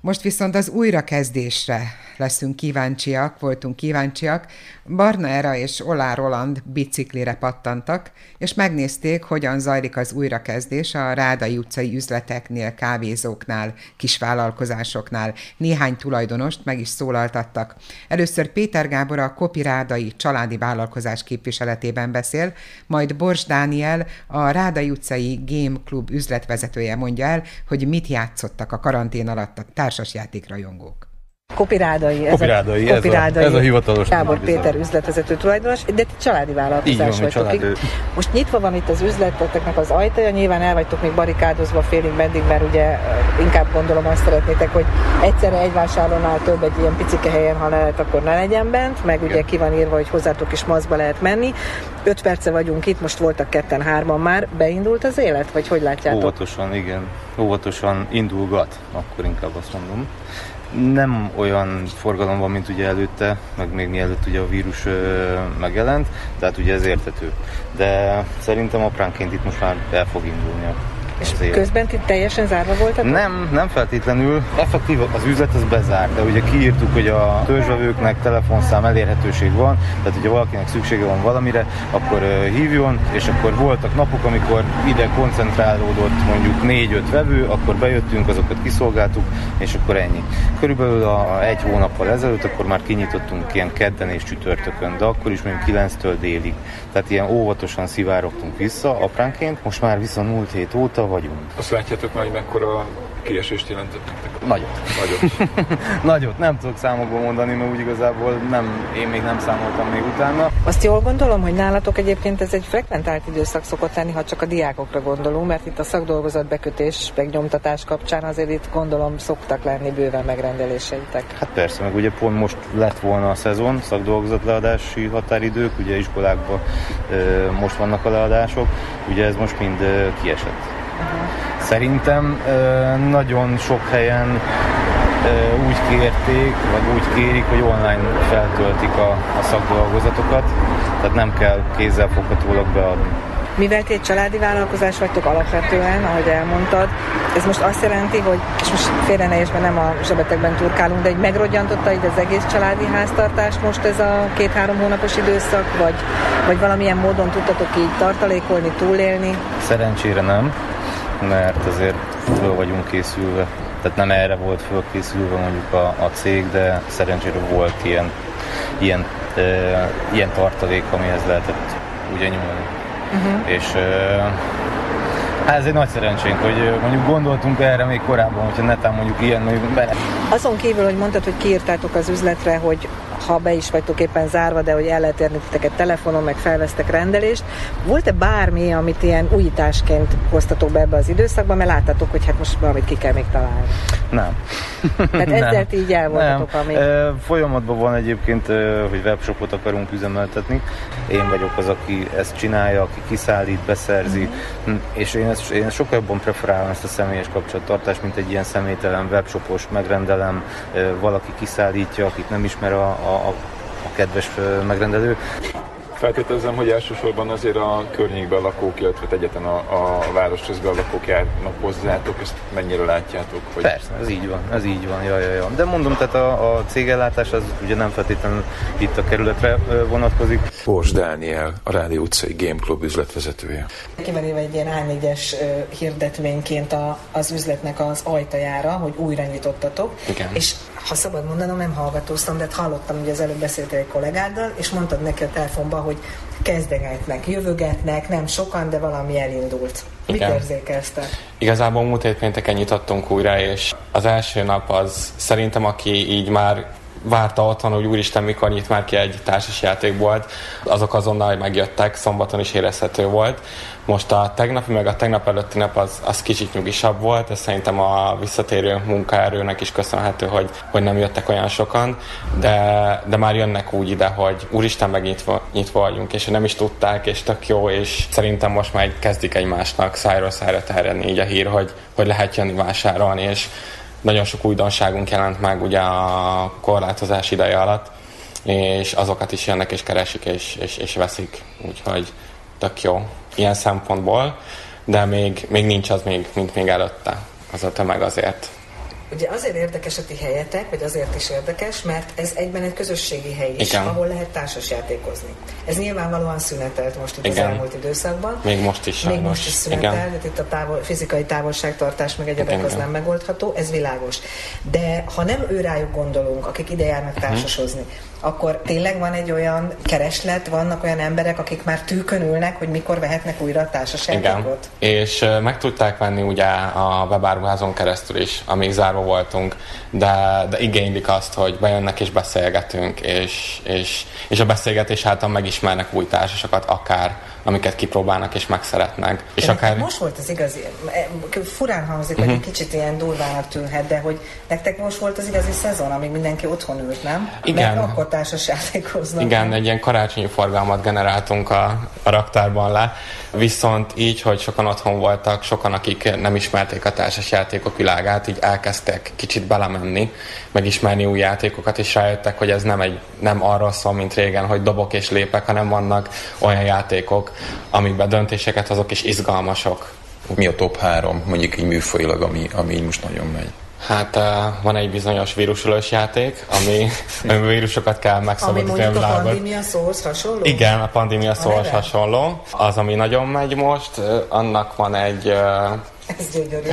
Most viszont az újrakezdésre voltunk kíváncsiak. Barna Era és Olá Roland biciklire pattantak, és megnézték, hogyan zajlik az újrakezdés a Rádai utcai üzleteknél, kávézóknál, kisvállalkozásoknál. Néhány tulajdonost meg is szólaltattak. Először Péter Gábor a Kopi Rádai családi vállalkozás képviseletében beszél, majd Bors Dániel, a Rádai utcai Game Club üzletvezetője mondja el, hogy mit játszottak a karantén alatt a társasjáték rajongók. Kopi Rádai, ez a hivatalos. Gábor Péter üzletvezető tulajdonos, de ti családi vállalkozás vagytok. Most nyitva van itt az üzleteteknek az ajtaja, nyilván el vagytok még barikádozva félig meddig, mert ugye inkább gondolom azt szeretnétek, hogy egyszerre egy vásárlónál több egy ilyen picike helyen, ha lehet, akkor ne legyen bent, meg ugye ki van írva, hogy hozzátok is maszkba lehet menni. 5 perce vagyunk itt, most voltak 2-3 már. Beindult az élet, vagy hogy látjátok? Óvatosan, igen. Óvatosan indulgat, akkor inkább azt mondom. Nem olyan forgalom van, mint ugye előtte, meg még mielőtt ugye a vírus megjelent, tehát ugye ez érthető. De szerintem apránként itt most már el fog indulni. És közben itt teljesen zárva voltatok? Nem feltétlenül. Effektív az üzlet az bezárt, de ugye kiírtuk, hogy a törzsvevőknek telefonszám elérhetőség van, tehát hogyha valakinek szüksége van valamire, akkor hívjon, és akkor voltak napok, amikor ide koncentrálódott mondjuk 4-5 vevő, akkor bejöttünk, azokat kiszolgáltuk, és akkor ennyi. Körülbelül egy hónappal ezelőtt akkor már kinyitottunk ilyen kedden és csütörtökön, de akkor is mondjuk 9-től délig. Tehát ilyen óvatosan szivárogtunk vissza apránként, most már viszont múlt hét óta vagyunk. Azt látjátok már, hogy mekkora kiesést jelentett nektek? Nagyot. Nem tudok számokból mondani, mert úgy igazából én még nem számoltam még utána. Azt jól gondolom, hogy nálatok egyébként ez egy frekventált időszak szokott lenni, ha csak a diákokra gondolunk, mert itt a szakdolgozat bekötés, megnyomtatás kapcsán azért itt gondolom szoktak lenni bőven megrendeléseitek. Hát persze, meg ugye pont most lett volna a szezon, szakdolgozatleadási határidők, ugye iskolákban most vannak a leadások, ugye ez most mind kiesett. Szerintem nagyon sok helyen úgy kérték, vagy úgy kérik, hogy online feltöltik a szakdolgozatokat, tehát nem kell kézzelfoghatólag beadni. Mivel ti egy családi vállalkozás vagytok alapvetően, ahogy elmondtad, ez most azt jelenti, hogy, és most félre ne érts, mert nem a zsebetekben turkálunk, de egy megrodjantotta ide az egész családi háztartást most ez a 2-3 hónapos időszak, vagy valamilyen módon tudtatok így tartalékolni, túlélni? Szerencsére nem, mert azért föl vagyunk készülve. Tehát nem erre volt fölkészülve mondjuk a cég, de szerencsére volt ilyen tartalék, amihez lehetett ugye nyúlni. És ez egy nagy szerencsénk, hogy mondjuk gondoltunk erre még korábban, hogyha netán mondjuk ilyen mondjuk bele. Azon kívül, hogy mondtad, hogy kiírtátok az üzletre, hogy ha be is vagytok éppen zárva, de hogy el lehet érni titeket telefonon, meg felvesztek rendelést. Volt-e bármi, amit ilyen újításként hoztatok be ebbe az időszakba, mert láttátok, hogy hát most valamit ki kell még találni? Nem. Tehát ezzel ti így el voltatok, ami... Folyamatban van egyébként, hogy webshopot akarunk üzemeltetni. Én vagyok az, aki ezt csinálja, aki kiszállít, beszerzi, és én ezt sokkal jobban preferálom, ezt a személyes kapcsolattartást, mint egy ilyen személytelen webshopos, megrendelem, valaki kiszállítja, akit nem ismer a kedves megrendelő. Feltételezem, hogy elsősorban azért a környékben lakók, illetve egyetlen a város közben lakók járnak hozzátok, ezt mennyire látjátok? Hogy... Persze, ez így van, ja. De mondom, tehát a cégellátás az ugye nem feltétlenül itt a kerületre vonatkozik. Bors Dániel, a Rádió utcai Game Club üzletvezetője. Kimerülve egy ilyen A4-es hirdetményként az üzletnek az ajtajára, hogy újra nyitottatok. Igen. És ha szabad mondanom, nem hallgatóztam, de hallottam, hogy az előbb beszéltél egy kollégáddal, és mondtad neki a telefonban, hogy kezdegetnek, jövögetnek, nem sokan, de valami elindult. Igen. Mit érzékelsztek? Igazából múlt hét pénteken nyitottunk újra, és az első nap az szerintem, aki így már várta otthon, hogy úristen, mikor nyit már ki egy társasjátékbolt, azok azonnal megjöttek, szombaton is érezhető volt. Most a tegnapi, meg a tegnap előtti nap az kicsit nyugisabb volt, ez szerintem a visszatérő munkaerőnek is köszönhető, hogy nem jöttek olyan sokan, de már jönnek úgy ide, hogy úristen, megnyitva vagyunk, és nem is tudták, és tök jó, és szerintem most már kezdik egymásnak szájról szájra terjedni így a hír, hogy lehet jönni vásárolni, és nagyon sok újdonságunk jelent meg ugye a korlátozás ideje alatt, és azokat is jönnek és keresik és veszik, úgyhogy tök jó ilyen szempontból, de még nincs az mint még előtte, az a tömeg azért Ugye azért érdekes a ti helyetek, vagy azért is érdekes, mert ez egyben egy közösségi hely is, igen, ahol lehet társasjátékozni. Ez nyilvánvalóan szünetelt most itt, igen, az elmúlt időszakban. Még most is szünetelt, itt a fizikai távolságtartás meg egyebek az nem megoldható, ez világos. De ha nem őrájuk gondolunk, akik ide járnak társasozni, akkor tényleg van egy olyan kereslet, vannak olyan emberek, akik már tűkön ülnek, hogy mikor vehetnek újra a társasjátékot? Igen, és meg tudták venni ugye a webáruházon keresztül is, amíg zárva voltunk, de igénylik azt, hogy bejönnek és beszélgetünk, és a beszélgetés által megismernek új társasokat akár, amiket kipróbálnak és megszeretnek. És akár... Most volt az igazi, furán hangzik, hogy egy kicsit ilyen durvának tűnhet, de hogy nektek most volt az igazi szezon, amíg mindenki otthon ült, nem? Igen. Mert akkor társasjátékoznak. Igen, egy ilyen karácsonyi forgalmat generáltunk a raktárban le, viszont így, hogy sokan otthon voltak, sokan, akik nem ismerték a társasjátékok világát, így elkezdtek kicsit belemenni, megismerni új játékokat, és rájöttek, hogy ez nem arról szól, mint régen, hogy dobok és lépek, hanem vannak olyan játékok, amikben döntéseket azok is izgalmasok. Mi a top 3, mondjuk így műfajilag, ami most nagyon megy? Hát van egy bizonyos vírusölős játék, ami vírusokat kell megszabadítani a világot. Ami mondjuk a Pandémia szóhoz hasonló? Igen, a Pandémia szóhoz hasonló. Az, ami nagyon megy most, annak van egy... Ez gyönyörű.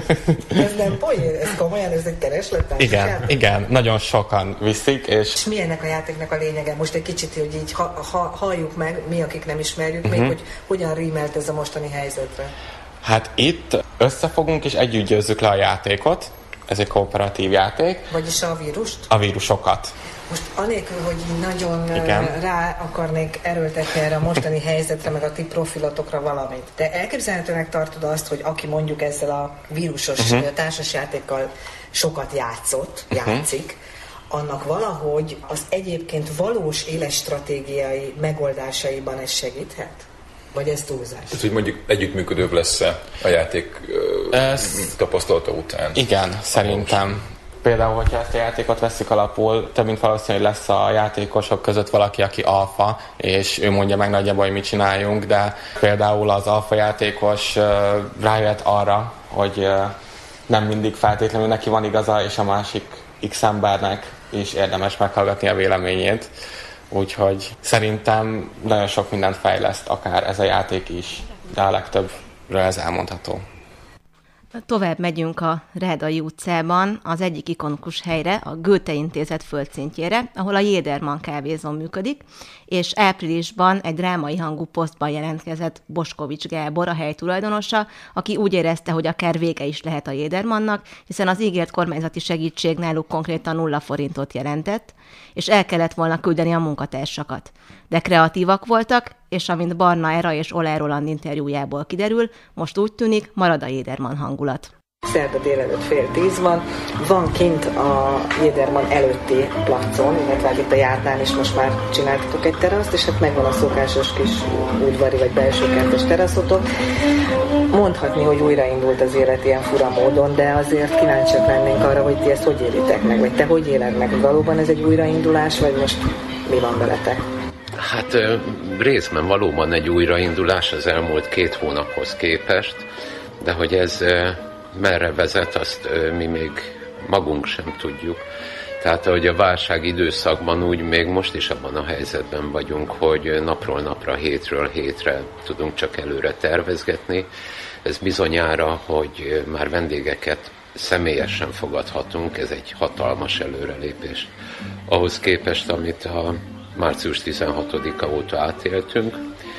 Ez nem poén, ez komolyan, ez egy kereslet? Igen, nagyon sokan viszik. És mi ennek a játéknak a lényege? Most egy kicsit, hogy így halljuk meg, mi, akik nem ismerjük még, hogy hogyan rímelt ez a mostani helyzetre. Hát itt összefogunk és együtt győzzük le a játékot. Ez egy kooperatív játék. Vagyis a vírust? A vírusokat. Most anélkül, hogy nagyon rá akarnék erőltetni erre a mostani helyzetre, meg a ti profilotokra valamit. De elképzelhetőnek tartod azt, hogy aki mondjuk ezzel a vírusos társasjátékkal sokat játszik, annak valahogy az egyébként valós életstratégiai megoldásaiban ez segíthet? Vagy ez túlzás? Tehát, hogy mondjuk együttműködőbb lesz-e a játék tapasztalata után? Igen, szerintem. Például, hogyha ezt a játékot veszik alapul, több mint valószínű, hogy lesz a játékosok között valaki, aki alfa, és ő mondja meg nagyjából, hogy mit csináljunk, de például az alfa játékos rájött arra, hogy nem mindig feltétlenül neki van igaza, és a másik X embernek is érdemes meghallgatni a véleményét. Úgyhogy szerintem nagyon sok mindent fejleszt, akár ez a játék is, de a legtöbbről ez elmondható. Tovább megyünk a Rádai utcában, az egyik ikonikus helyre, a Goethe Intézet földszintjére, ahol a Jéderman kávézó működik, és áprilisban egy drámai hangú posztban jelentkezett Boskovics Gábor, a hely tulajdonosa, aki úgy érezte, hogy akár vége is lehet a Jédermannak, hiszen az ígért kormányzati segítség náluk konkrétan 0 forintot jelentett, és el kellett volna küldeni a munkatársakat. De kreatívak voltak, és amint Barna Era és Olá Roland interjújából kiderül, most úgy tűnik, marad a Jéderman hangulat. Szerda délelőtt 9:30 van kint a Jéderman előtti placon, illetve itt a járdán is most már csináltatok egy teraszt, és hát megvan a szokásos kis udvari vagy belsőkertes teraszotok. Mondhatni, hogy újraindult az élet ilyen fura módon, de azért kíváncsiak lennénk arra, hogy ti ezt hogy élitek meg, vagy te hogy éled meg, hogy valóban ez egy újraindulás, vagy most mi van veletek? Hát részben valóban egy újraindulás az elmúlt 2 hónaphoz képest, de hogy ez merre vezet, azt mi még magunk sem tudjuk. Tehát ahogy a válság időszakban, úgy még most is abban a helyzetben vagyunk, hogy napról napra, hétről hétre tudunk csak előre tervezgetni. Ez bizonyára, hogy már vendégeket személyesen fogadhatunk, ez egy hatalmas előrelépés. Ahhoz képest, amit a március 16-a óta átéltünk,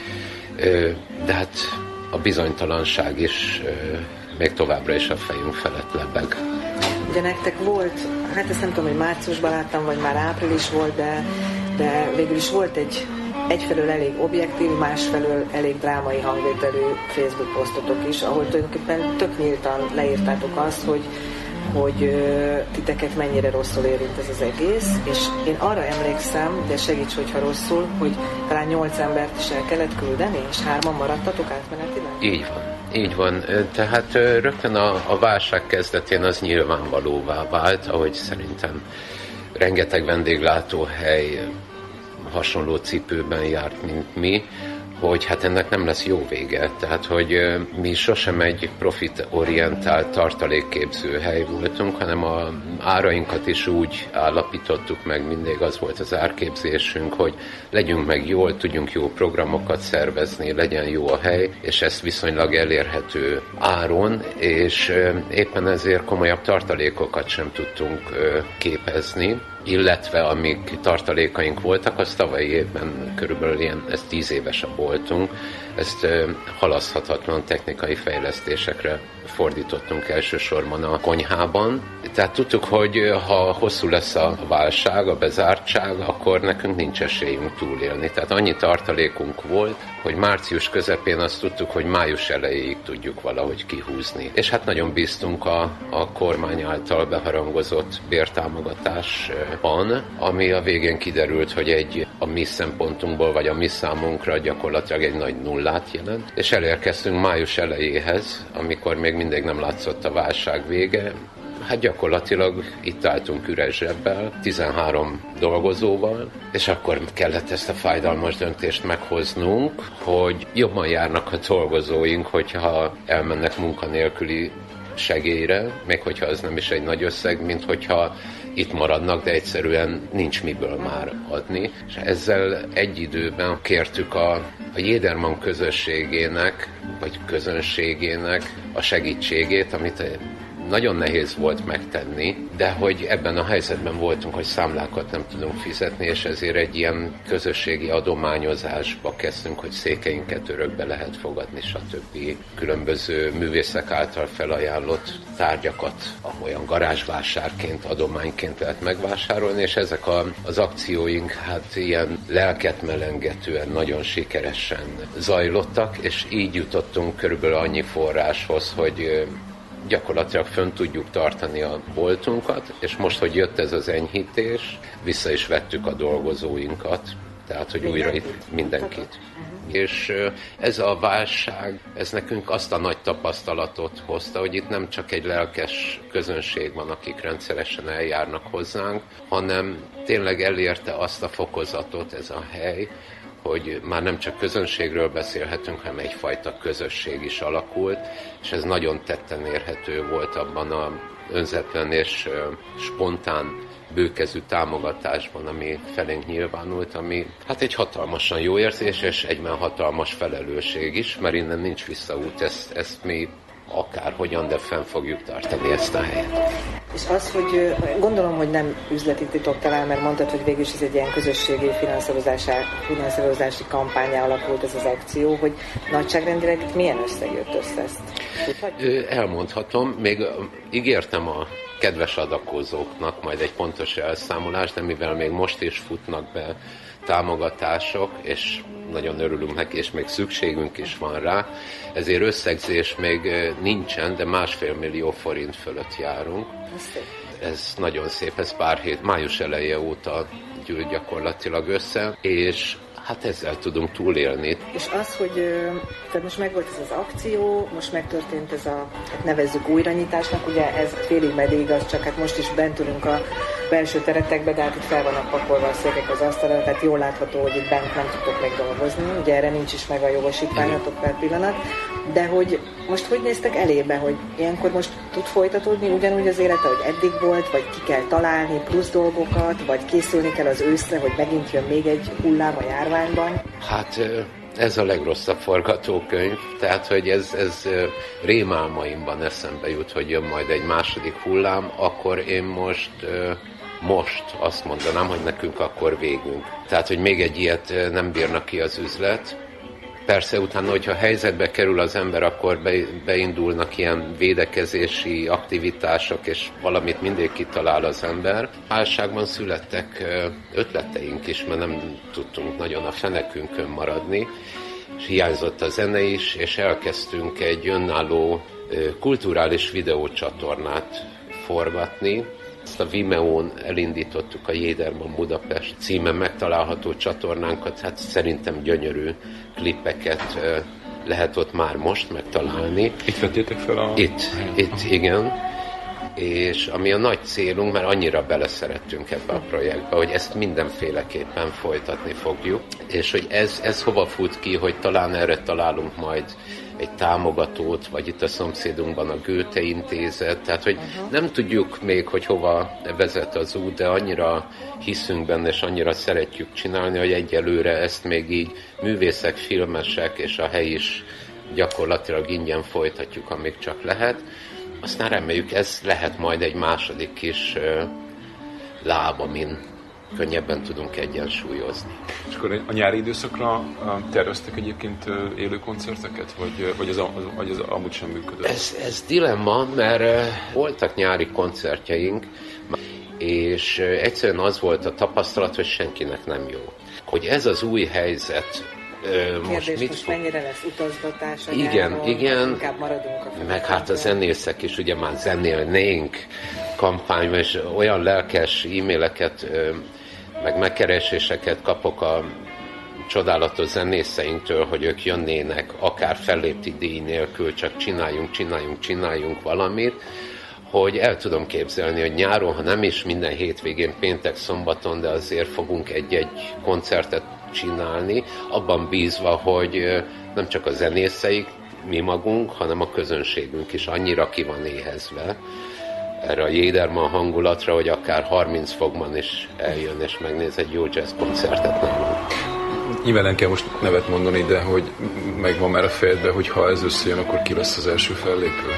de hát a bizonytalanság is még továbbra is a fejünk felett lebeg. Ugye nektek volt, hát ezt nem tudom, hogy márciusban láttam, vagy már április volt, de végül is volt egyfelől elég objektív, másfelől elég drámai hangvételű Facebook posztotok is, ahol tulajdonképpen tök nyíltan leírtátok azt, hogy titeket mennyire rosszul érint ez az egész, és én arra emlékszem, de segíts, hogyha rosszul, hogy talán 8 embert is el kellett küldeni, és 3-an maradtatok átmenetileg? Így van. Tehát rögtön a válság kezdetén az nyilvánvalóvá vált, ahogy szerintem rengeteg vendéglátóhely hasonló cipőben járt, mint mi, hogy hát ennek nem lesz jó vége. Tehát, hogy mi sosem egy profitorientált tartalékképző hely voltunk, hanem a árainkat is úgy állapítottuk meg, mindig az volt az árképzésünk, hogy legyünk meg jól, tudjunk jó programokat szervezni, legyen jó a hely, és ezt viszonylag elérhető áron, és éppen ezért komolyabb tartalékokat sem tudtunk képezni, illetve amik tartalékaink voltak, az tavalyi évben körülbelül ilyen, ez 10 éves a boltunk, ezt halaszthatatlan technikai fejlesztésekre fordítottunk elsősorban a konyhában. Tehát tudtuk, hogy ha hosszú lesz a válság, a bezártság, akkor nekünk nincs esélyünk túlélni. Tehát annyi tartalékunk volt, hogy március közepén azt tudtuk, hogy május elejéig tudjuk valahogy kihúzni. És hát nagyon bíztunk a kormány által beharangozott bértámogatásban, ami a végén kiderült, hogy a mi szempontunkból, vagy a mi számunkra gyakorlatilag egy nagy nullát jelent. És elérkeztünk május elejéhez, amikor még mindig nem látszott a válság vége. Hát gyakorlatilag itt álltunk üres zsebbel, 13 dolgozóval, és akkor kellett ezt a fájdalmas döntést meghoznunk, hogy jobban járnak a dolgozóink, hogyha elmennek munkanélküli segélyre, még hogyha az nem is egy nagy összeg, mint hogyha itt maradnak, de egyszerűen nincs miből már adni. És ezzel egy időben kértük a Jedermann közösségének, vagy közönségének a segítségét, amit nagyon nehéz volt megtenni, de hogy ebben a helyzetben voltunk, hogy számlákat nem tudunk fizetni, és ezért egy ilyen közösségi adományozásba kezdtünk, hogy székeinket örökbe lehet fogadni, stb. Különböző művészek által felajánlott tárgyakat olyan garázsvásárként, adományként lehet megvásárolni, és ezek az akcióink hát ilyen lelket melengetően nagyon sikeresen zajlottak, és így jutottunk körülbelül annyi forráshoz, hogy gyakorlatilag fönn tudjuk tartani a boltunkat, és most, hogy jött ez az enyhítés, vissza is vettük a dolgozóinkat, tehát, hogy újra itt mindenkit. És ez a válság, ez nekünk azt a nagy tapasztalatot hozta, hogy itt nem csak egy lelkes közönség van, akik rendszeresen eljárnak hozzánk, hanem tényleg elérte azt a fokozatot ez a hely, hogy már nem csak közönségről beszélhetünk, hanem egyfajta közösség is alakult, és ez nagyon tetten érhető volt abban az önzetlen és spontán bőkezű támogatásban, ami felénk nyilvánult, ami hát egy hatalmasan jó érzés, és egyben hatalmas felelősség is, mert innen nincs visszaút, ezt mi akárhogyan, de fenn fogjuk tartani ezt a helyet. És az, hogy gondolom, hogy nem üzleti titok talán, mert mondtad, hogy végül is ez egy ilyen közösségi finanszírozási kampányá alakult ez az akció, hogy nagyságrendileg milyen összeg jött össze ezt? Elmondhatom, még ígértem a kedves adakozóknak majd egy pontos elszámolást, de mivel még most is futnak be támogatások, és nagyon örülünk neki, és még szükségünk is van rá, ezért összegzés még nincsen, de 1,5 millió forint fölött járunk. Ez nagyon szép, ez pár hét, május eleje óta gyűlt gyakorlatilag össze, és hát ezzel tudunk túlélni. És az, hogy tehát most megvolt ez az akció, most megtörtént ez a, hát nevezzük újranyitásnak, ugye ez félig meddig igaz, csak hát most is bent ülünk a belső teretekbe, de hát itt fel vannak pakolva a székek az asztalra, tehát jól látható, hogy itt bent nem tudtok még dolgozni, ugye erre nincs is meg a jogosítványatok per pillanat, de hogy most hogy néztek elébe, hogy ilyenkor most tud folytatódni ugyanúgy az élete, hogy eddig volt, vagy ki kell találni plusz dolgokat, vagy készülni kell az őszre, hogy megint jön még egy hullám a járványban? Hát ez a legrosszabb forgatókönyv, tehát hogy ez rémálmaimban eszembe jut, hogy jön majd egy második hullám, akkor én most azt mondanám, hogy nekünk akkor végünk. Tehát, hogy még egy ilyet nem bírnak ki az üzlet. Persze utána, hogyha helyzetbe kerül az ember, akkor beindulnak ilyen védekezési aktivitások, és valamit mindig kitalál az ember. Válságban születtek ötleteink is, mert nem tudtunk nagyon a fenekünkön maradni, és hiányzott a zene is, és elkezdtünk egy önálló kulturális videócsatornát forgatni. Ezt a Vimeo-n elindítottuk, a Jedermann Budapest címen megtalálható csatornánkat, hát szerintem gyönyörű klippeket lehet ott már most megtalálni. Itt vettétek fel Itt, igen. és ami a nagy célunk, mert annyira beleszerettünk ebbe a projektbe, hogy ezt mindenféleképpen folytatni fogjuk, és hogy ez hova fut ki, hogy talán erre találunk majd egy támogatót, vagy itt a szomszédunkban a Goethe Intézet, tehát hogy nem tudjuk még, hogy hova vezet az út, de annyira hiszünk benne, és annyira szeretjük csinálni, hogy egyelőre ezt még így művészek, filmesek, és a hely is gyakorlatilag ingyen folytatjuk, amíg csak lehet. Aztán reméljük, ez lehet majd egy második kis láb, amin könnyebben tudunk egyensúlyozni. És akkor a nyári időszakra terveztek egyébként élő koncerteket, vagy az amúgy sem működött? Ez dilemma, mert voltak nyári koncertjeink, és egyszerűen az volt a tapasztalat, hogy senkinek nem jó. Hogy ez az új helyzet, most mennyire lesz utazgatás a igen, inkább maradunk a meg hát a zenészek is ugye már zenélnénk kampányban, és olyan lelkes e-maileket, meg megkereséseket kapok a csodálatos zenészeinktől, hogy ők jönnének, akár fellépti díj nélkül, csak csináljunk valamit, hogy el tudom képzelni, hogy nyáron, ha nem is minden hétvégén, péntek, szombaton, de azért fogunk egy-egy koncertet csinálni, abban bízva, hogy nem csak a zenészeik, mi magunk, hanem a közönségünk is annyira ki van éhezve erre a Jéderman hangulatra, hogy akár 30 fokban is eljön és megnéz egy jó jazz koncertet nálunk. Nyilván nem kell most nevet mondani, de hogy megvan már a fejedben, hogy ha ez összejön, akkor ki lesz az első fellépő?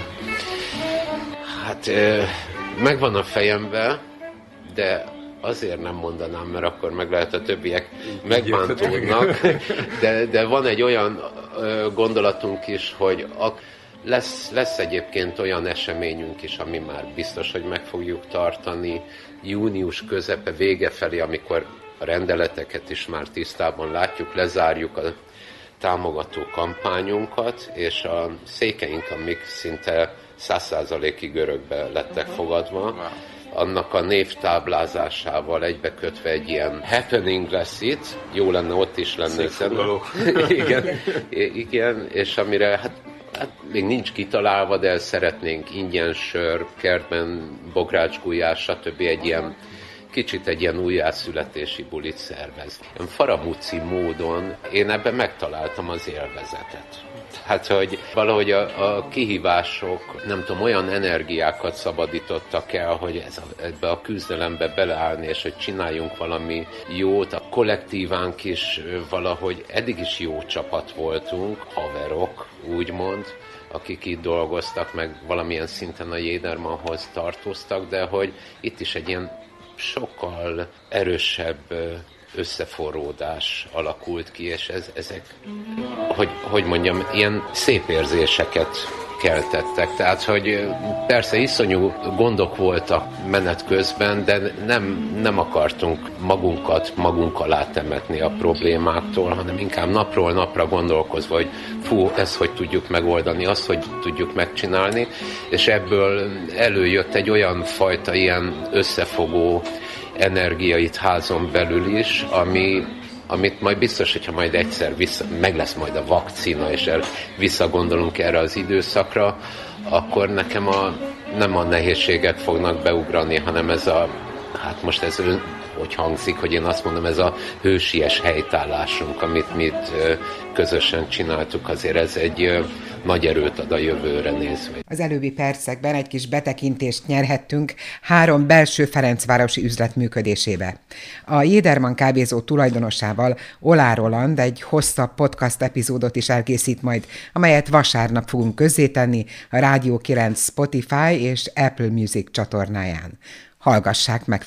Hát megvan a fejemben, de azért nem mondanám, mert akkor meg lehet a többiek megbántódnak, de van egy olyan gondolatunk is, hogy lesz egyébként olyan eseményünk is, ami már biztos, hogy meg fogjuk tartani június közepe, vége felé, amikor a rendeleteket is már tisztában látjuk, lezárjuk a támogató kampányunkat, és a székeink, amik szinte 100%-ig örökbe lettek fogadva, annak a névtáblázásával egybekötve egy ilyen happening lesz itt, jó lenne ott is lenne. Igen, és amire hát még nincs kitalálva, de szeretnénk ingyen sör, kertben bográcsgulyás, stb. Kicsit egy ilyen újjászületési bulit szervez. Faramúci módon én ebben megtaláltam az élvezetet. Hát, hogy valahogy a kihívások, nem tudom, olyan energiákat szabadítottak el, hogy ebbe a küzdelembe beleállni, és hogy csináljunk valami jót. A kollektívánk is valahogy eddig is jó csapat voltunk, haverok, úgymond, akik itt dolgoztak, meg valamilyen szinten a Jédermanhoz tartoztak, de hogy itt is egy ilyen sokkal erősebb összeforródás alakult ki, és ezek, hogy mondjam, ilyen szép érzéseket keltettek. Tehát, hogy persze iszonyú gondok voltak menet közben, de nem akartunk magunk alá temetni a problémáktól, hanem inkább napról napra gondolkozva, hogy ezt hogy tudjuk megoldani, azt hogy tudjuk megcsinálni, és ebből előjött egy olyan fajta ilyen összefogó energia itt házon belül is, amit majd biztos, hogyha majd egyszer meg lesz majd a vakcina, és visszagondolunk erre az időszakra, akkor nekem nem a nehézségek fognak beugrani, hanem hát most ez hogy hangzik, hogy én azt mondom, ez a hősies helytállásunk, amit mi közösen csináltuk, azért ez egy nagy erőt ad a jövőre nézve. Az előbbi percekben egy kis betekintést nyerhettünk 3 belső ferencvárosi üzlet működésébe. A Jéderman kávézó tulajdonosával, Olá Roland egy hosszabb podcast epizódot is elkészít majd, amelyet vasárnap fogunk közzétenni a Rádió 9 Spotify és Apple Music csatornáján. Hallgassák meg